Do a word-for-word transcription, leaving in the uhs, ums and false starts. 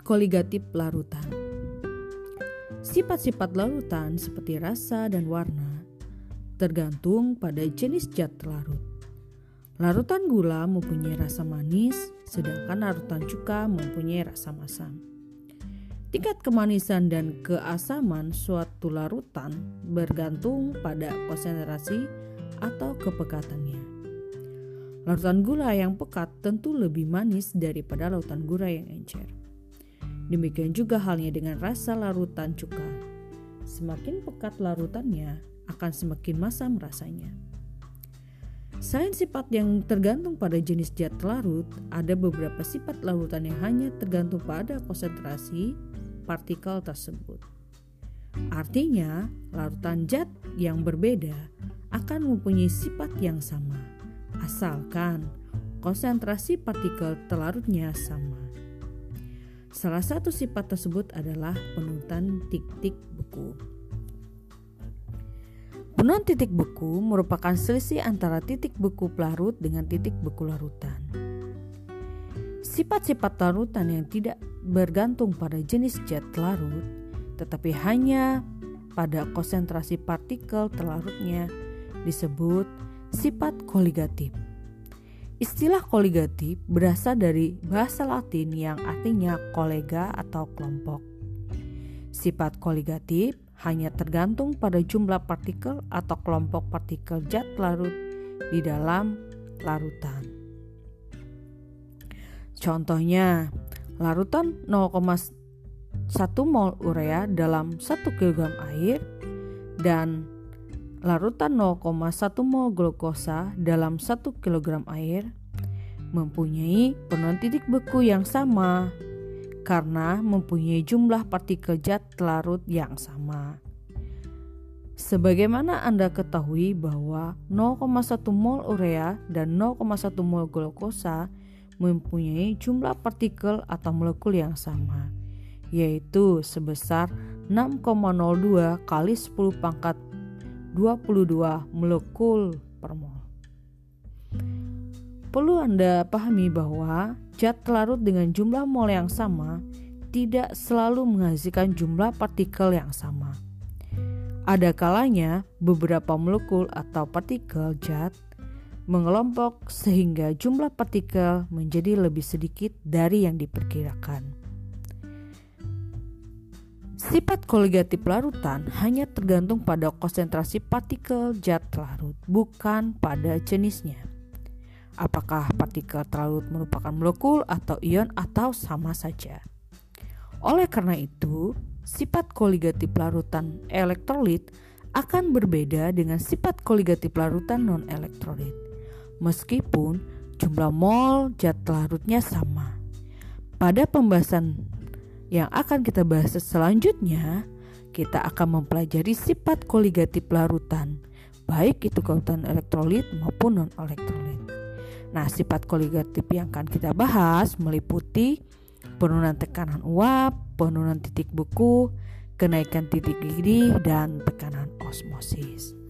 koligatif larutan. Sifat-sifat larutan seperti rasa dan warna tergantung pada jenis zat larut. Larutan gula mempunyai rasa manis, sedangkan larutan cuka mempunyai rasa masam. Tingkat kemanisan dan keasaman suatu larutan bergantung pada konsentrasi atau kepekatannya. Larutan gula yang pekat tentu lebih manis daripada larutan gula yang encer. Demikian juga halnya dengan rasa larutan cuka. Semakin pekat larutannya, akan semakin masam rasanya. Selain sifat yang tergantung pada jenis zat larut, ada beberapa sifat larutan yang hanya tergantung pada konsentrasi partikel tersebut. Artinya, larutan zat yang berbeda akan mempunyai sifat yang sama, asalkan konsentrasi partikel terlarutnya sama. Salah satu sifat tersebut adalah penurunan titik beku. Penurunan titik beku merupakan selisih antara titik beku pelarut dengan titik beku larutan. Sifat-sifat larutan yang tidak bergantung pada jenis zat larut, tetapi hanya pada konsentrasi partikel terlarutnya disebut sifat koligatif. Istilah koligatif berasal dari bahasa Latin yang artinya kolega atau kelompok. Sifat koligatif hanya tergantung pada jumlah partikel atau kelompok partikel zat larut di dalam larutan. Contohnya, larutan nol koma satu mol urea dalam satu kilogram air dan larutan nol koma satu mol glukosa dalam satu kilogram air mempunyai penurunan titik beku yang sama karena mempunyai jumlah partikel zat larut yang sama. Sebagaimana Anda ketahui bahwa nol koma satu mol urea dan nol koma satu mol glukosa mempunyai jumlah partikel atau molekul yang sama, yaitu sebesar enam koma nol dua kali sepuluh pangkat dua puluh dua molekul per mol. Perlu Anda pahami bahwa zat larut dengan jumlah mol yang sama tidak selalu menghasilkan jumlah partikel yang sama. Ada kalanya beberapa molekul atau partikel zat mengelompok sehingga jumlah partikel menjadi lebih sedikit dari yang diperkirakan. Sifat koligatif larutan hanya tergantung pada konsentrasi partikel zat larut, bukan pada jenisnya. Apakah partikel larut merupakan molekul atau ion atau sama saja. Oleh karena itu, sifat koligatif larutan elektrolit akan berbeda dengan sifat koligatif larutan non-elektrolit, meskipun jumlah mol zat larutnya sama. Pada pembahasan yang akan kita bahas selanjutnya, kita akan mempelajari sifat koligatif larutan, baik itu larutan elektrolit maupun non-elektrolit. Nah, sifat koligatif yang akan kita bahas meliputi penurunan tekanan uap, penurunan titik beku, kenaikan titik gigi, dan tekanan osmosis.